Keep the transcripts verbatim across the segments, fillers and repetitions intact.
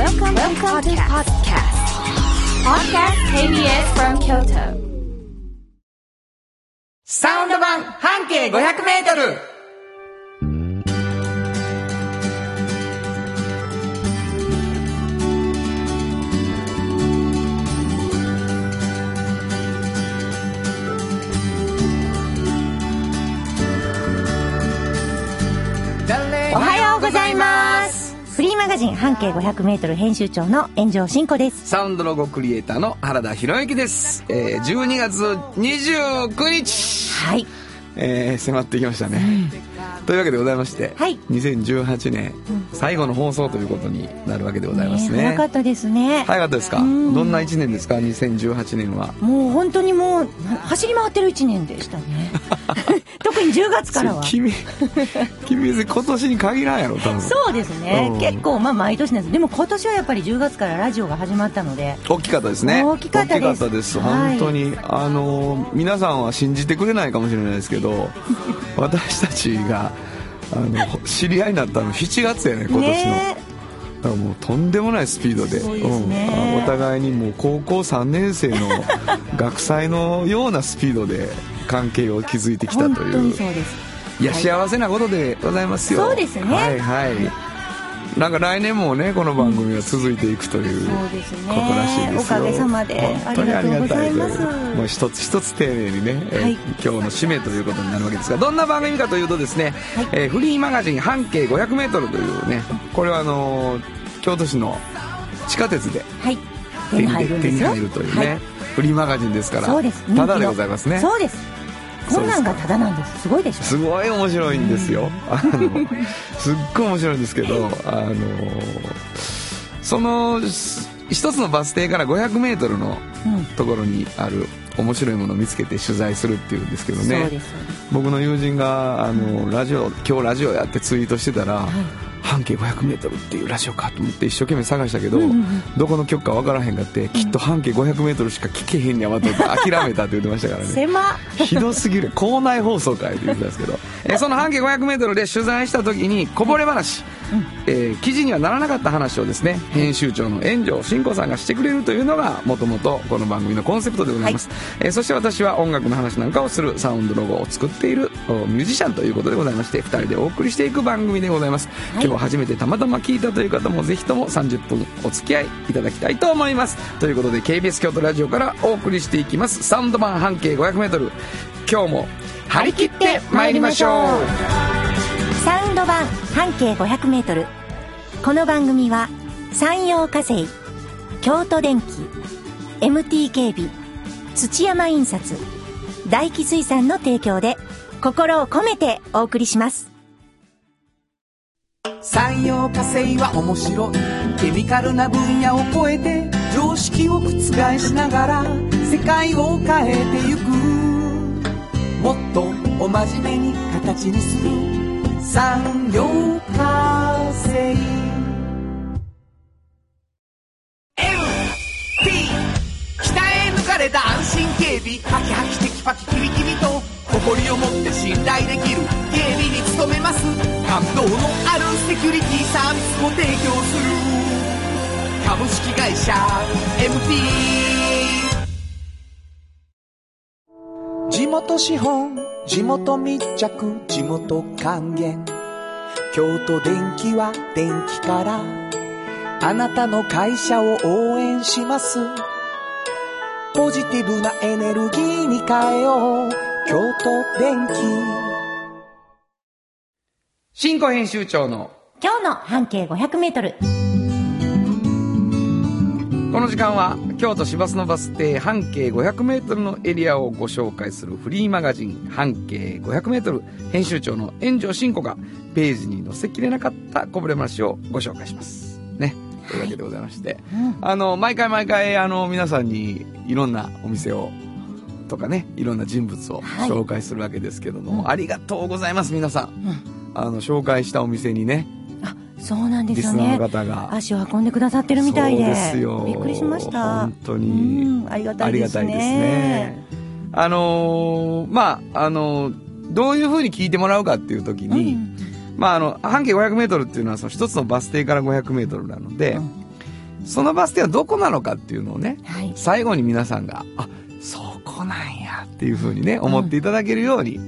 Welcome, Welcome to podcast. Podcast ケービーエス from Kyoto. サウンド版半径ごひゃくメートル。 おはようございます。フリーマガジン半径ごひゃくメートル編集長の炎上真子です。 サウンドロゴクリエイターの原田博之です。えー、じゅうにがつにじゅうくにち、 はい、 えー、迫ってきましたね、うん、というわけでございまして、はい、にせんじゅうはちねん、うん、最後の放送ということになるわけでございますね。 ね、早かったですね。 早かったですか、うん、どんないちねんですかにせんじゅうはちねんは。 もう本当にもう走り回ってるいちねんでしたね特にじゅうがつからは君君別に今年に限らんやろ多分。 そうですね、うん、結構まあ毎年なんです。でも今年はやっぱりじゅうがつからラジオが始まったので大きかったですね。 大きかったです。 大きかったです、はい、本当にあの皆さんは信じてくれないかもしれないですけど私たちがあの知り合いになったのしちがつやね今年の、ね、だからもうとんでもないスピード で, そうですね、 うん、お互いにもう高校さんねん生の学祭のようなスピードで関係を築いてきたという。 本当にそうです。 いや、はい、幸せなことでございますよ。 そうですね、 はいはい、なんか来年もねこの番組は続いていくということらしいですよ。 おかげさまで本当にありがたいという。もう一つ一つ丁寧にね、はい、今日の締めということになるわけですが、どんな番組かというとですね、はい、えー、フリーマガジン半径ごひゃくメートルというね、これはあのー、京都市の地下鉄で手に入るんですよ。手に入るというね、はい、フリーマガジンですから。そうです。ただでございますね。 そうです。こんなんがただなんです。すごいでしょ。 すごい面白いんですよ、うん、あのすっごい面白いんですけど、あのその一つのバス停からごひゃくメートルのところにある面白いものを見つけて取材するっていうんですけどね。そうです。僕の友人があのラジオ今日ラジオやってツイートしてたら、はい、半径ごひゃくメートルっていうラジオかと思って一生懸命探したけど、うんうんうん、どこの局か分からへんかって、うん、きっと半径ごひゃくメートルしか聞けへんやわと諦めたって言ってましたからね狭ひどすぎる校内放送会って言ってたんですけどえその半径ごひゃくメートルで取材した時にこぼれ話、うん、えー、記事にはならなかった話をですね、編集長の炎上真子さんがしてくれるというのがもともとこの番組のコンセプトでございます、はい、えー、そして私は音楽の話なんかをするサウンドロゴを作っているミュージシャンということでございまして、ふたりでお送りしていく番組でございます、はい、今日初めてたまたま聞いたという方もぜひともさんじゅっぷんお付き合いいただきたいと思います。ということで ケービーエス 京都ラジオからお送りしていきますサウンド版半径ごひゃくメートル、今日も張り切ってまいりましょう。 サウンド版半径ごひゃくメートル、この番組は山陽火星、京都電機、 エムティー 警備、土山印刷、大気水産の提供で心を込めてお送りします。 産業化成は面白いケミカルな分野を超えて常識を覆しながら世界を変えてゆく、もっとお真面目に形にする産業化成 エムティー 北へ抜かれた安心警備、ハキハキテキパキキビキビと誇りを持って信頼できる警備に努めます。感動のあるセキュリティサービスを提供する株式会社 エムティー。 地元資本、地元密着、地元還元、京都電気は電気からあなたの会社を応援します。ポジティブなエネルギーに変えよう、京都電気。 新語編集長の今日の半径ごひゃくメートル。 この時間は京都市バスのバス停半径ごひゃくメートルのエリアをご紹介するフリーマガジン半径ごひゃくメートル、編集長の炎上真子がページに載せきれなかったこぼれ話をご紹介しますね。というわけでございまして、はい、うん、あの毎回毎回あの皆さんにいろんなお店をとかね、いろんな人物を紹介するわけですけども、はい、うん、ありがとうございます皆さん、うん、あの紹介したお店にね、 あ、そうなんですよね、 リスナーの方が足を運んでくださってるみたいで、 そうですよ、 びっくりしました。 本当に、 うん、ありがたいですね。 ありがたいですね。あのー、まああのー、どういうふうに聞いてもらうかっていう時に、うん、まああの半径ごひゃくメートルっていうのはその一つのバス停からごひゃくメートルなので、うん、 そのバス停はどこなのかっていうのをね、 はい、 最後に皆さんが、あ、そこなんやっていう風にね、思っていただけるように、うん、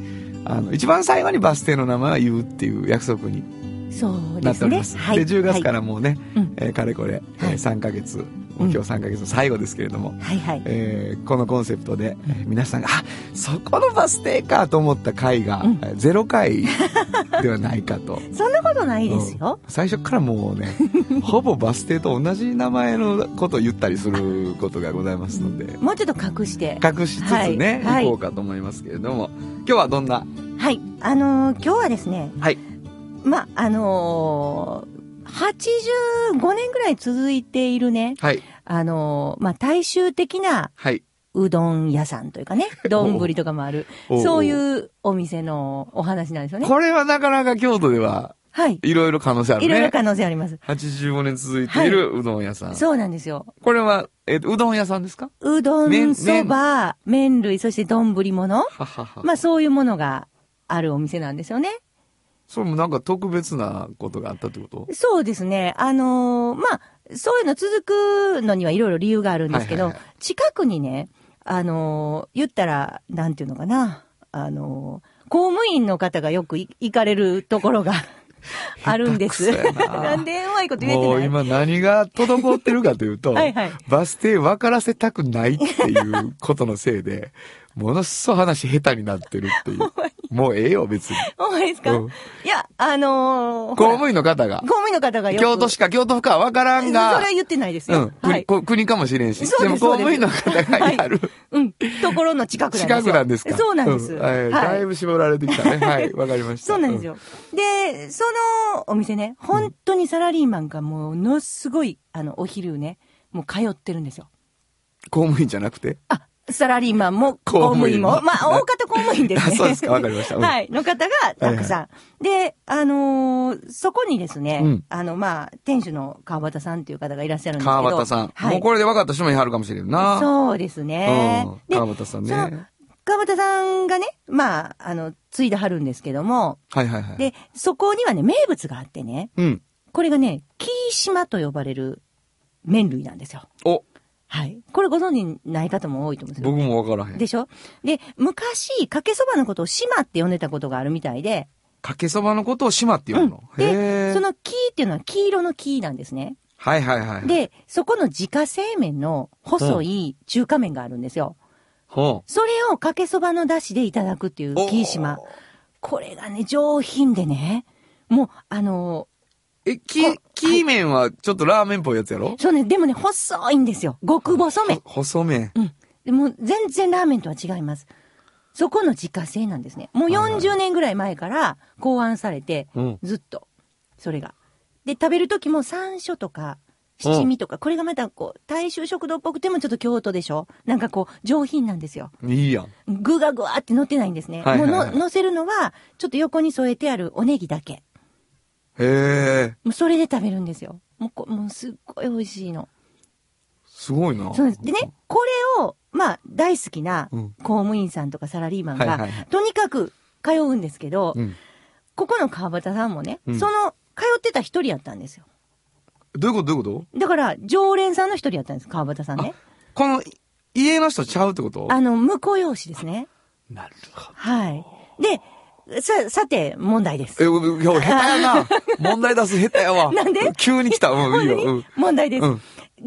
あの、一番最後にバス停の名前は言うっていう約束になっております。 そうですね。はい、 で、じゅうがつからもうね、はい、えー、かれこれ、 はい、 えー、さんかげつ、もう今日さんかげつの最後ですけれども、うん、 はいはい、 えー、このコンセプトで、えー、皆さんが、あ、そこのバス停かと思った回が、うん、ゼロかいではないかと。 そんなことないですよ。 うん、最初からもうね、ほぼバス停と同じ名前のことを言ったりすることがございますので、 もうちょっと隠して。 隠しつつね、はい、行こうかと思いますけれども、今日はどんな？ はい、あのー、今日はですね、 はい。 ま、あのー、はちじゅうごねんぐらい続いているね、 はい。 あのー、まあ、大衆的な、 はい。 うどん屋さんというかね、丼とかもある、そういうお店のお話なんですよね。 これはなかなか京都では、はい。いろいろ可能性あるね。 いろいろ可能性あります。 はちじゅうごねん続いているうどん屋さん。 はい、そうなんですよ。 これは、えっと、うどん屋さんですか？ うどん、そば、麺類、そして丼物。ははは。まあ、そういうものがあるお店なんですよね。 それもなんか特別なことがあったってこと？ そうですね。あのー、まあ、そういうの続くのにはいろいろ理由があるんですけど、はいはいはい、近くにね、あのー、言ったら、なんていうのかな、あのー、公務員の方がよく行かれるところがあるんです。なんでうまいこと言えてない？ もう今何が滞ってるかというと、はいはい、バス停分からせたくないっていうことのせいで、ものすごい話下手になってるっていう。もうええよ、別に。 ほんまですか？うん、いや、あのー、 公務員の方が。 公務員の方がよく。 京都市か京都府かわからんが。 それは言ってないですよ。 うん。はい、国, 国かもしれんし。でも公務員の方がやる。 はい、うん。ところの近くなんですよ。 近くなんですか？ そうなんです。うん、 はい。だいぶ絞られてきたね。はい。わかりました。 そうなんですよ。うん、で、そのお店ね、本当にサラリーマンがものすごい、あの、お昼ね、もう通ってるんですよ。 公務員じゃなくて？あ、 サラリーマンも公務員も。まあ、大方公務員ですね。 そうですか、わかりました。うん、 はい。の方がたくさん。はいはい、で、あのー、そこにですね、うん、あの、まあ、店主の川端さんっていう方がいらっしゃるんですけど。 川端さん。はい、もうこれで分かった人もいはるかもしれんな。 そうですね。 うん、川端さんね。 川端さんがね、まあ、あの、継いではるんですけども。 はいはいはい。 で、そこにはね、名物があってね。うん。これがね、キー島と呼ばれる麺類なんですよ。 お。 はい。これご存知ない方も多いと思うんですよ。 僕もわからへん。 でしょ？で、昔、かけそばのことを島って呼んでたことがあるみたいで。 かけそばのことを島って呼ぶの？ うん、で、そのキーっていうのは黄色のキーなんですね。 はいはいはい。 で、そこの自家製麺の細い中華麺があるんですよ。ほう。それをかけそばの出汁でいただくっていうキー島。これがね、上品でね。もう、あのー、 え、き、キー麺はちょっとラーメンっぽいやつやろ？ そうね、でもね、細いんですよ。極細麺。 細麺。 うん。でも全然ラーメンとは違います。そこの自家製なんですね。もうよんじゅうねんぐらい前から考案されて、うん、ずっと、それが。で、食べるときも山椒とか、七味とか、うん、これがまたこう、大衆食堂っぽくてもちょっと京都でしょ？なんかこう、上品なんですよ。 いいやん。 具がぐわーって乗ってないんですね。はいはいはい、もうの、乗せるのは、ちょっと横に添えてあるおネギだけ。 へえ。 もうそれで食べるんですよ。もうこ、もうすっごい美味しいの。 すごいな。 そうです。でね、これを、まあ、大好きな公務員さんとかサラリーマンが、うんはいはいはい、とにかく通うんですけど、うん、ここの川端さんもね、うん、その、通ってた一人やったんですよ。 どういうことどういうことだから、常連さんの一人やったんです、川端さんね。 この、家の人ちゃうってこと？ あの、婿養子ですね。 なるほど。 はい。で、さ、さて、問題です。 え、いや、下手やな。問題出す下手やわ。 なんで？ 急に来た。うん、いいよ。うん、 問題です。うん、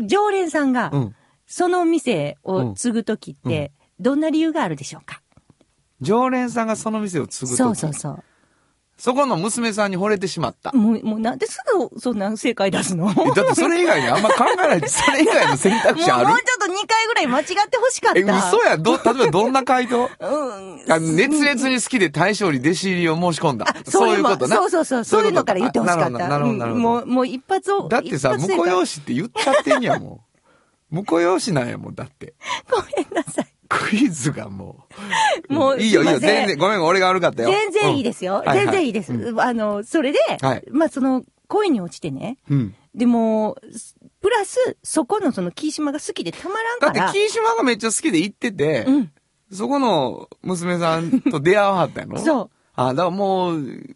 常連さんが、うん、その店を継ぐときって、うん、どんな理由があるでしょうか？ 常連さんがその店を継ぐとき。 そうそうそう。 そこの娘さんに惚れてしまった。 もう、もうなんですぐそんな正解出すの？ だってそれ以外にあんま考えないで、それ以外の選択肢ある？ もう、もうちょっとにかいぐらい間違ってほしかった。 え、嘘やん。ど、例えばどんな回答？うん。あの熱烈に好きで大将に弟子入りを申し込んだ。そういうことな。 そうそうそう。そういうのから言ってほしかった。なるほど、なるほど。もう、もう一発を。 だってさ、婿養子って言っちゃってんやもん。婿養子なんやもん、だって。 ごめんなさい。 クイズがもう。もう、 いいよいいよ。全然、ごめん、俺が悪かったよ。 全然いいですよ。うん、全然いいです。はいはい、あの、それで、はい、まあ、その、恋に落ちてね。うん。でも、プラス、そこのその、キー島が好きでたまらんから。 だって、キー島がめっちゃ好きで行ってて、うん。そこの娘さんと出会わはったやろ？そう。あ、だからもう、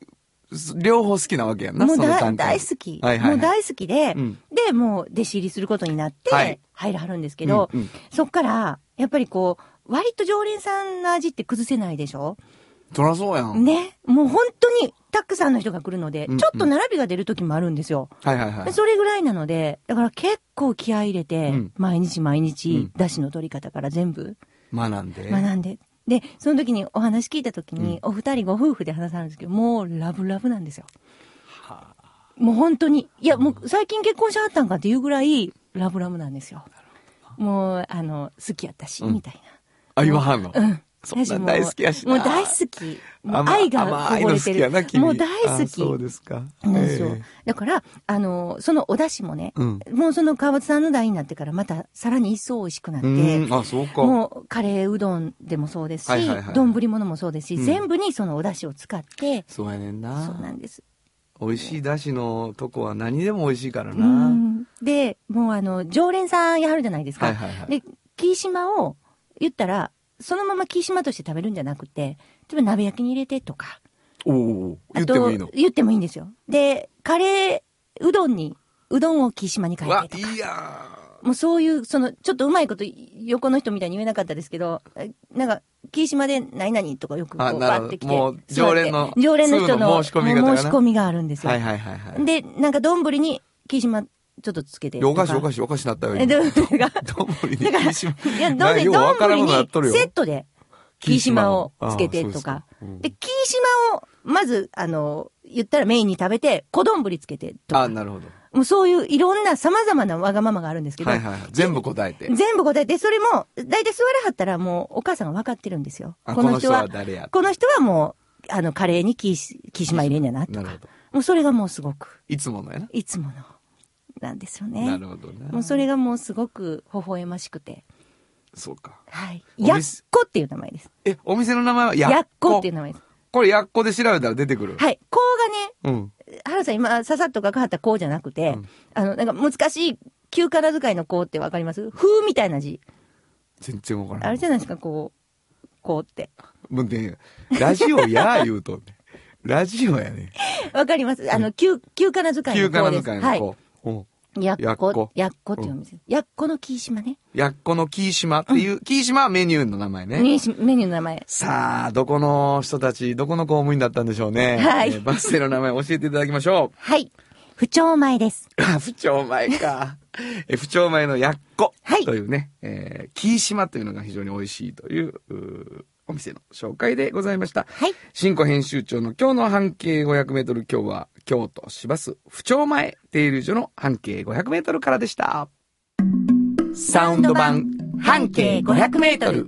両方好きなわけやんな、 もうだその段階大好き、 はいはいはい、 もう大好きで、 うん、 で、もう弟子入りすることになって、入らはるんですけど、 うんうん、 そっから、やっぱりこう、割と常連さんの味って崩せないでしょ？ そらそうやん。 ね。もう本当にたくさんの人が来るので、 うんうん、 ちょっと並びが出る時もあるんですよ。 はいはいはい。 それぐらいなので、だから結構気合い入れて、うん、毎日毎日、出汁の取り方から全部、 学んで。 学んで。で、その時にお話聞いた時に、うん、お二人ご夫婦で話されるんですけど、もうラブラブなんですよ。はあ、もう本当に。いや、もう最近結婚しはったんかっていうぐらい、ラブラブなんですよ。もう、あの、好きやったし、うん、みたいな。 あ、言わはんの？ うん。 そんな大好きやしな。 もう大好き。もう愛がこぼれてる。もう大好き。 そうですか。 なんですよ。だから、あの、そのお出汁もね、うん、もうその川端さんの代になってからまたさらに一層美味しくなって、 あ、そうか。 もうカレーうどんでもそうですし、はいはいはい、丼物もそうですし、うん、全部にそのお出汁を使って、 そうやねんな。 そうなんです。 美味しい出汁のとこは何でも美味しいからな。 うん、で、もうあの、常連さんやはるじゃないですか。 はいはいはい、 で、霧島を言ったら、そのまま霧島として食べるんじゃなくて、例えば鍋焼きに入れてとか。 おお、言ってもいいの？ 言ってもいいんですよ。で、カレーうどんに、うどんを霧島に変えてとか。 わ、いやー。もうそういう、その、ちょっとうまいこと横の人みたいに言えなかったですけど、なんか、霧島で何々とかよくこうバーってきて。 もう常連の、 常連の人の申し込みが申し込みがあるんですよ。 はいはいはいはい。 で、なんか丼に霧島、ちょっとつけて。 おかしいおかしいおかしなったよ。 え、どうが。 丼に霧島。 いや、丼に、丼にセットで。霧島をつけてとか。で, うん、で、霧島を、まず、あの、言ったらメインに食べて、小丼つけてとか。 あ、なるほど。 もうそういういろんな様々なわがままがあるんですけど。 はいはいはい。全部答えて。 全部答えて、それも、だいたい座らはったらもうお母さんが分かってるんですよ。 この人は誰や。 この人はもう、あの、カレーに霧島入れんやなとか。なるほど。もうそれがもうすごく。 いつものやな。 いつもの。なんですよね。 なるほどね。 もうそれがもうすごく微笑ましくて。 そうか。 はい。やっこっていう名前です。 え、お店の名前はやっこ。 やっこっていう名前です。 これやっこで調べたら出てくる。 はい。こうがね、 うん。 原さん今、ささっと書かはったこうじゃなくて、うん、あの、なんか難しい、旧仮名遣いのこうってわかります？風みたいな字。 全然わからない。 あれじゃないですか、こう、こうって。 もうね、ラジオやー言うと、ね、ラジオやね。 わかります。あの、旧、旧仮名遣いのこうです。 旧仮名遣いのこう。はい。 やっこ、やっこって読むんですよ。やっこの霧島ね。 やっこの霧島っていう、うん、霧島はメニューの名前ね。 メニューの名前。 さあ、どこの人たち、どこの公務員だったんでしょうね。 はい。 えー、バス停の名前教えていただきましょう。 はい。不丁前です。 あ、不丁前か。え不丁前のやっこ。はい。というね、えー、霧島というのが非常に美味しいという、うお店の紹介でございました。 はい。 新庫編集長の今日の半径ごひゃくメートル、今日は京都市バス不丁前停留所の半径ごひゃくメートルからでした。サウンド版半径ごひゃくメートル。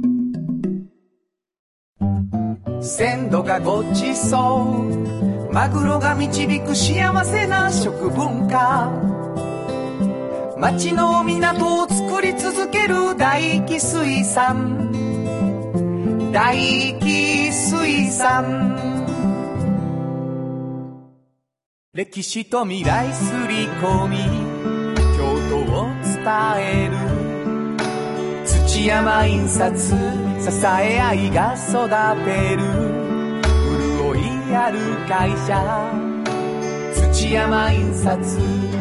鮮度がごちそうマグロが導く幸せな食文化町の港を作り続ける大気水産大気水産歴史と未来すり込み京都を伝える土山印刷支え合いが育てる潤いある会社土山印刷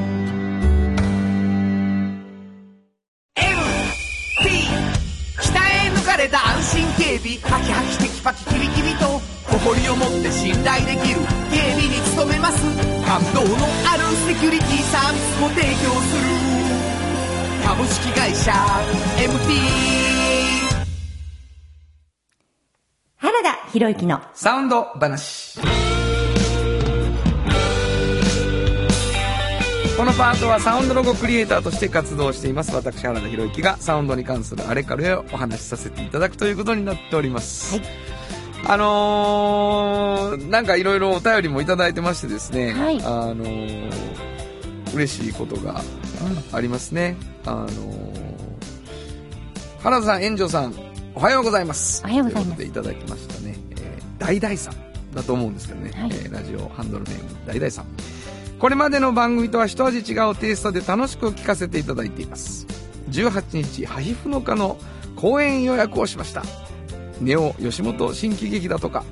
エムピー 北へ抜かれた安心警備ハキハキテキパキキビキビと誇りを持って信頼できる警備に努めます感動のあるセキュリティサービスも提供する株式会社 エムティー原田博之のサウンド話。このパートはサウンドロゴクリエイターとして活動しています私原田博之がサウンドに関するあれかれをお話しさせていただくということになっております。はい。あのー、なんかいろいろお便りもいただいてましてですね、はい、あのー、嬉しいことがありますね。あのー、原田さん、炎上さん、おはようございます。 おはようございます。 ということでいただきましたね。えー、大々さんだと思うんですけどね、はい、えー、ラジオハンドルネーム大々さん。これまでの番組とは一味違うテイストで楽しく聞かせていただいています。じゅうはちにちハヒフノカの公演予約をしました。ネオ吉本新喜劇だとか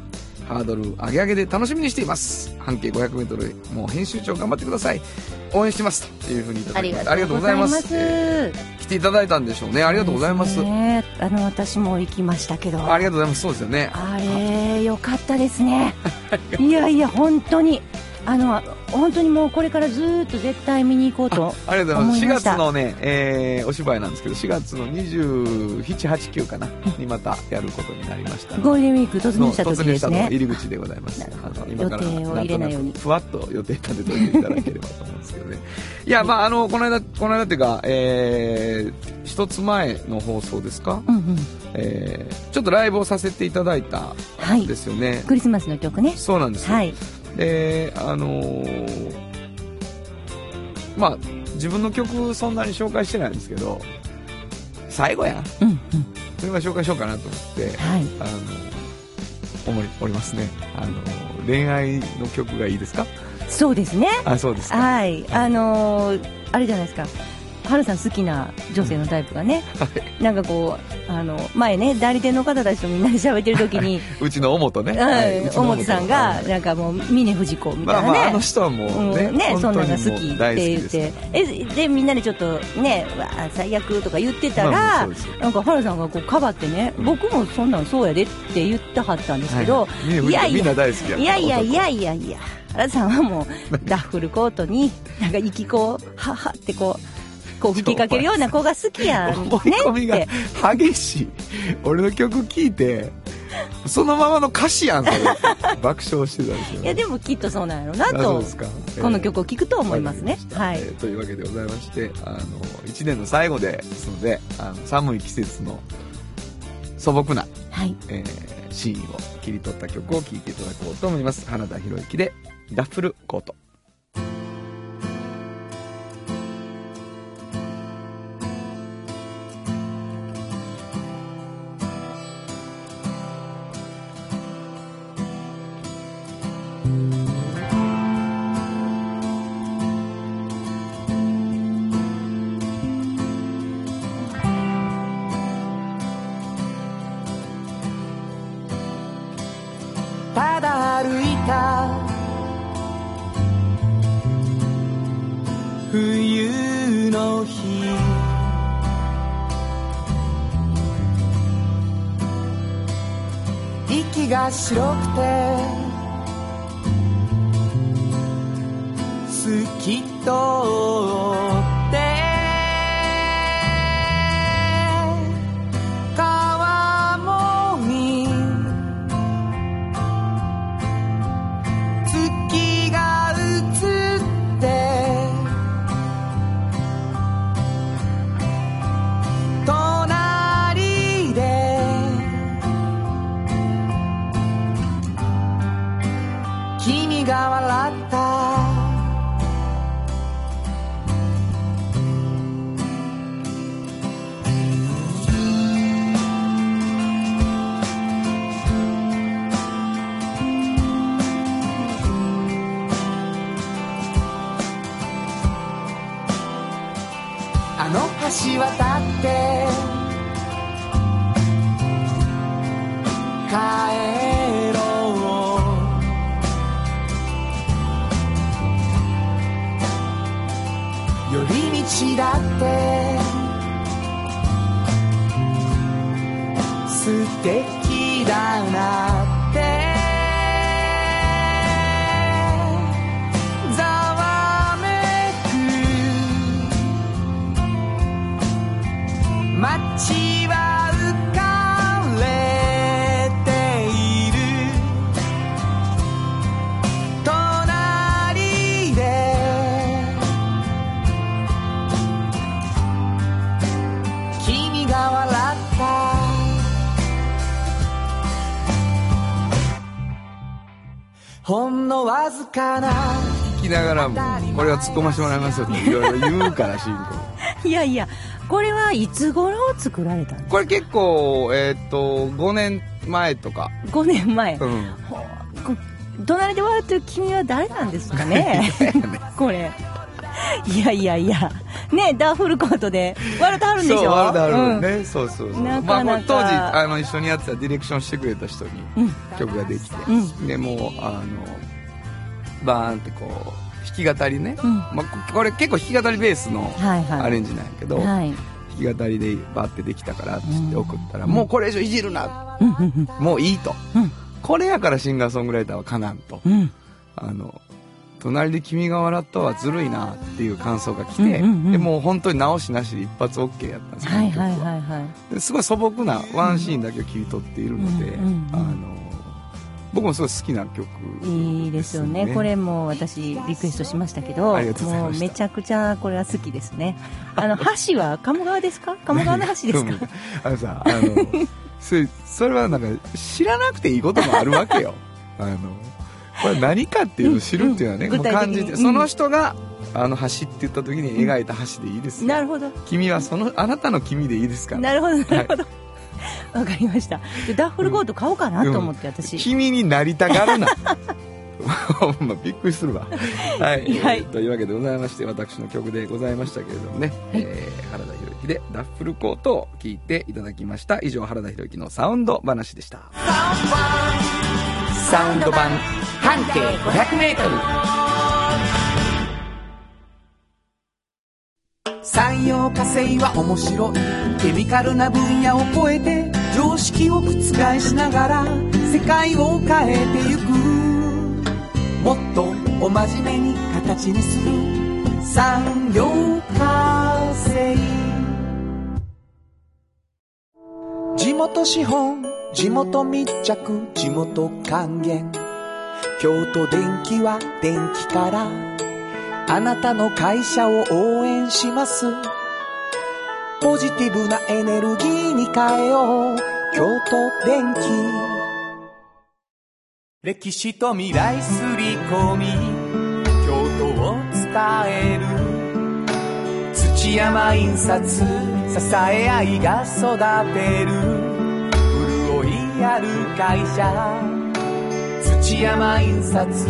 ハードル上げ上げで楽しみにしています。半径 ごひゃくメートル もう編集長頑張ってください、応援してますというふうにいただきました。ありがとうございます。えー、来ていただいたんでしょうね。ありがとうございます。 ね、あの私も行きましたけど、 ありがとうございます。そうですよね。 あれよかったですねいやいや本当にあの本当にもうこれからずっと絶対見に行こうと思いました。 ありがとうございます。しがつのね、えー、お芝居なんですけどしがつのにじゅうなな、はち、きゅうかなにまたやることになりました。 ゴールデンウィーク突入した時ですね。突入したの入り口でございます。あの今から予定を入れないようにふわっと予定立てておいていただければと思うんですけどねいやまああのこの間この間っていうか、えー、一つ前の放送ですか、うんうん、えー、ちょっとライブをさせていただいたんですよね、はい、 クリスマスの曲ね。 そうなんですよ、はい、であのー、まあ自分の曲そんなに紹介してないんですけど最後やん、うんうん、それは紹介しようかなと思って、はい、あの思いおりますね。あの恋愛の曲がいいですか？ そうですね。 あ、そうですか。 はい、あのー、あれじゃないですか、はるさん好きな女性のタイプがね、はい、なんかこうあの前ね代理店の方たちとみんなで喋ってる時にうちの表ね、 はい、表さんがなんかもう峰不二子みたいなね、 まあ、まああの人はもうね、 うん、ねそんなのが好きって言ってえでみんなでちょっとねわ最悪とか言ってたら、まあ、なんかはるさんがこうかばってね、うん、僕もそんなんそうやでって言ってはったんですけど、はい、いやいやみんな大好きやいやいやいやいやいやはるさんはもうダッフルコートになんか息こうははってこうこう吹きかけるような子が好きやね思い込みが激しい。俺の曲聴いてそのままの歌詞やんそれ爆笑してたんですよ、ね、 いやでもきっとそうなんやろうなと、えー、この曲を聴くと思いますね、はい、 えー、というわけでございましてあのいちねんの最後ですのであの寒い季節の素朴な、はい、えー、シーンを切り取った曲を聴いていただこうと思います。花田博之でダッフルコート。 ただ歩いた冬の日息が白くて透き通って川面に月が映って隣で君が笑ったあの橋渡って帰ろう寄り道だって素敵だなって街は浮かれている隣で君が笑ったほんのわずかな聞きながらもこれは突っ込ませてもらいますよっていろいろ言うから進行いやいやこれはいつ頃作られたんですか？ これ結構、えー、っとごねんまえとかごねんまえ、うん、隣で笑ってる君は誰なんですかねこれいやいやいやね、ダッフルコートで笑ってはるんでしょ。 そう笑ってはるもんね、 うん、 そうそうそう。 なかなか、 まあ、当時あの一緒にやってたディレクションしてくれた人に曲ができて、うん、でもうあのバーンってこう弾き語りね、うん、まあ、これ結構弾き語りベースのアレンジなんやけど、はいはい、弾き語りでバーってできたからって言って送ったら、うん、もうこれ以上いじるな、うん、もういいと、うん、これやからシンガーソングライターはかなんと、うん、あの隣で君が笑ったはずるいなっていう感想が来て、うんうんうん、でもう本当に直しなしで一発 OK やったんですよ、はいはいはいはい、ですごい素朴なワンシーンだけを切り取っているので、うんうんうん、あの僕もすごい好きな曲ですね。 いいですよね。これも私リクエストしましたけど、もうめちゃくちゃこれは好きですね。あの橋は鴨川ですか？鴨川の橋ですか？ あのさ、あのそれ、それはなんか知らなくていいこともあるわけよ。あのこれ何かっていうのを知るっていうのはね、うんうん、もう感じて、その人があの橋って言った時に描いた橋でいいですよ、うん、なるほど。君はそのあなたの君でいいですから。 なるほどなるほど、はい、わかりました。でダッフルコート買おうかなと思って、うん、私君になりたがるなほんまびっくりするわはい、はい、えー、というわけでございまして、私の曲でございましたけれどもね、はい、えー、原田裕之でダッフルコートを聴いていただきました。以上、原田裕之のサウンド話でした。サウンド版半径ごひゃくメートル。 産業化成は面白い。ケミカルな分野を超えて常識を覆しながら世界を変えてゆく。もっとお真面目に形にする産業化成。地元資本、地元密着、地元還元。京都電気は電気からあなたの会社を応援します。ポジティブなエネルギーに変えよう。京都電気。歴史と未来すり込み京都を伝える。土山印刷、支え合いが育てる潤いある会社、土山印刷。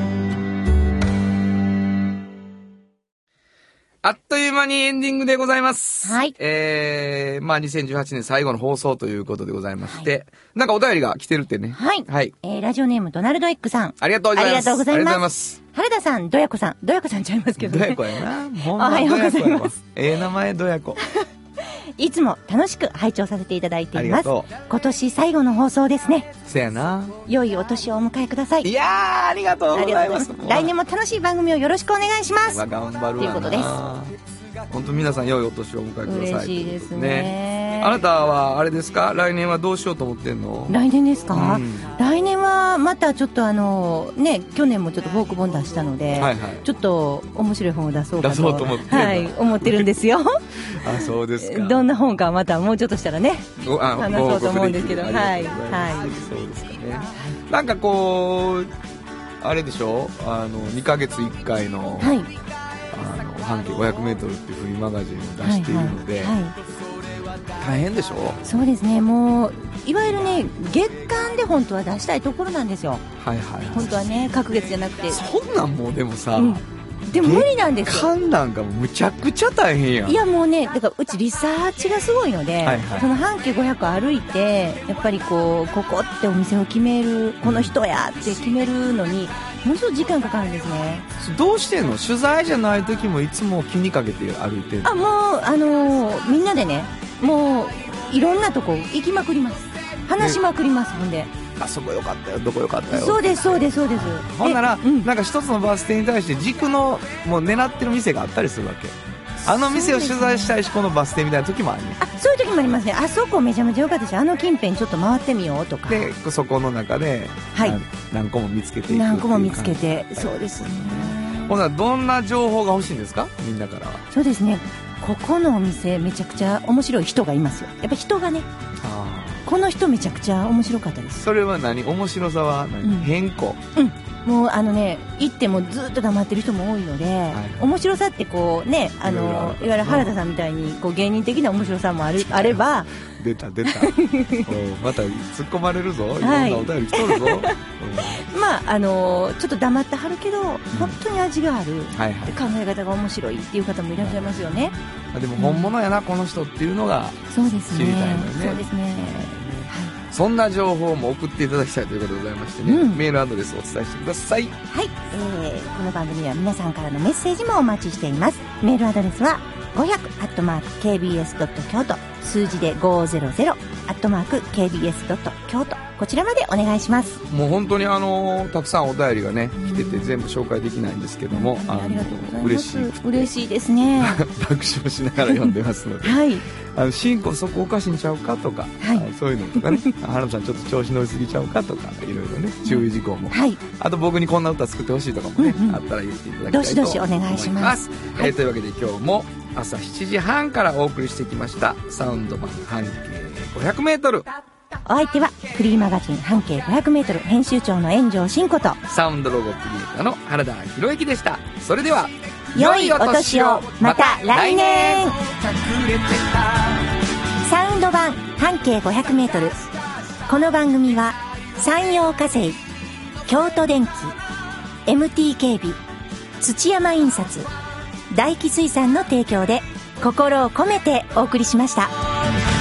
あっという間にエンディングでございます。 はい。 えー、まあにせんじゅうはちねん最後の放送ということでございまして、はい、なんかお便りが来てるってね。 はい。はい。えー、ラジオネームドナルド X さん。 ありがとうございます。 ありがとうございます。ありがとうございます。原田さん、どやこさん、どやこさんちゃいますけどね。 どやこやな。 ほんまおはようございます。 ええ名前どやこ。 いつも楽しく拝聴させていただいています。今年最後の放送ですね。 せやな。 良いお年をお迎えください。 いやー、ありがとうございます。 来年も楽しい番組をよろしくお願いします。 頑張るわな。 ということです。 本当皆さん良いお年をお迎えください。 嬉しいですね。ね、 あなたはあれですか、来年はどうしようと思ってんの？ 来年ですか、うん、来年はまたちょっとあのね、去年もちょっとフォーク本出したので、はいはい、ちょっと面白い本を出そうかと出そうと思って、 はい、思ってるんですよあ、そうですか。 どんな本かまたもうちょっとしたらね話そうと思うんですけど、はいはい、 そうですかね。なんかこうあれでしょ、あのにかげついっかいの、はい、あの半径ごひゃくメートルっていうフリーマガジンを出しているので、はいはいはい、大変でしょ。 そうですね、もういわゆるね月間で本当は出したいところなんですよ。 はいはい、はい、 本当はね各月じゃなくて。 そんなんもうでもさ、うん、 でも無理なんですよ。 月間なんかもむちゃくちゃ大変やん。 いやもうね、だからうちリサーチがすごいので、はいはい、その半径ごひゃく歩いてやっぱりこうここってお店を決める、この人やって決めるのにものすごい時間かかるんですね。 どうしてんの？取材じゃない時もいつも気にかけて歩いてる？ あ、もうあのー、みんなでね、もういろんなとこ行きまくります。話しまくります。ほんで、 あそこよかったよ、どこよかったよ。 そうですそうですそうです。 ほんなら、うん、なんか一つのバス停に対して軸のもう狙ってる店があったりするわけ。あの店を取材したいし、このバス停みたいな時もある、ね、 あ、そういう時もありますね。あそこめちゃめちゃ良かったし、あの近辺ちょっと回ってみようとかで、そこの中で、はい、何個も見つけていく。 何個も見つけて、そうですね。 ほんならどんな情報が欲しいんですか、みんなからは。 そうですね、ここのお店めちゃくちゃ面白い人がいますよ。やっぱ人がね、あ、この人めちゃくちゃ面白かったです。 それは何？面白さは何？うん、変更、 うん、もうあのね、行ってもずっと黙ってる人も多いので、はい、面白さってこうね、あのいわゆる原田さんみたいにこう芸人的な面白さもある、あれば、 出た出たまた突っ込まれるぞ、いろんなお便り来とるぞ、はい、 うん、まああのー、ちょっと黙ってはるけど、うん、本当に味がある、はいはい、考え方が面白いっていう方もいらっしゃいますよね、 はい、でも本物やな、うん、この人っていうのが知りたいのよね。 そうですね、 そんな情報も送っていただきたいということでございましてね、うん、メールアドレスをお伝えしてください。 はい、えー、この番組は皆さんからのメッセージもお待ちしています。メールアドレスはごひゃくアットマーク ケービーエスドット 京都、数字でごひゃくアットマーク ケービーエスドット 京都、こちらまでお願いします。 もう本当にあのたくさんお便りがね来てて全部紹介できないんですけども、 あのありがとうございます。 嬉しい嬉しいですね爆笑しながら読んでますので、はい、あの進行そこおかしいんちゃうかとか、はい、そういうのとかね花さんちょっと調子乗りすぎちゃうかとかいろいろね注意事項も、はい、あと僕にこんな歌作ってほしいとかもね、うんうん、あったら言っていただきたいと思います。どしどしお願いします、はい、えー、というわけで今日も朝しちじはんからお送りしてきましたサウンド版半径ごひゃくメートル、 お相手はフリーマガジン半径ごひゃくメートル編集長の炎上真子とサウンドロゴクリエイターの原田博之でした。それでは良いお年を、また来年。サウンド版半径ごひゃくメートル、この番組は山陽火星、京都電機、 エムティー 警備、土山印刷、大気水産の提供で心を込めてお送りしました。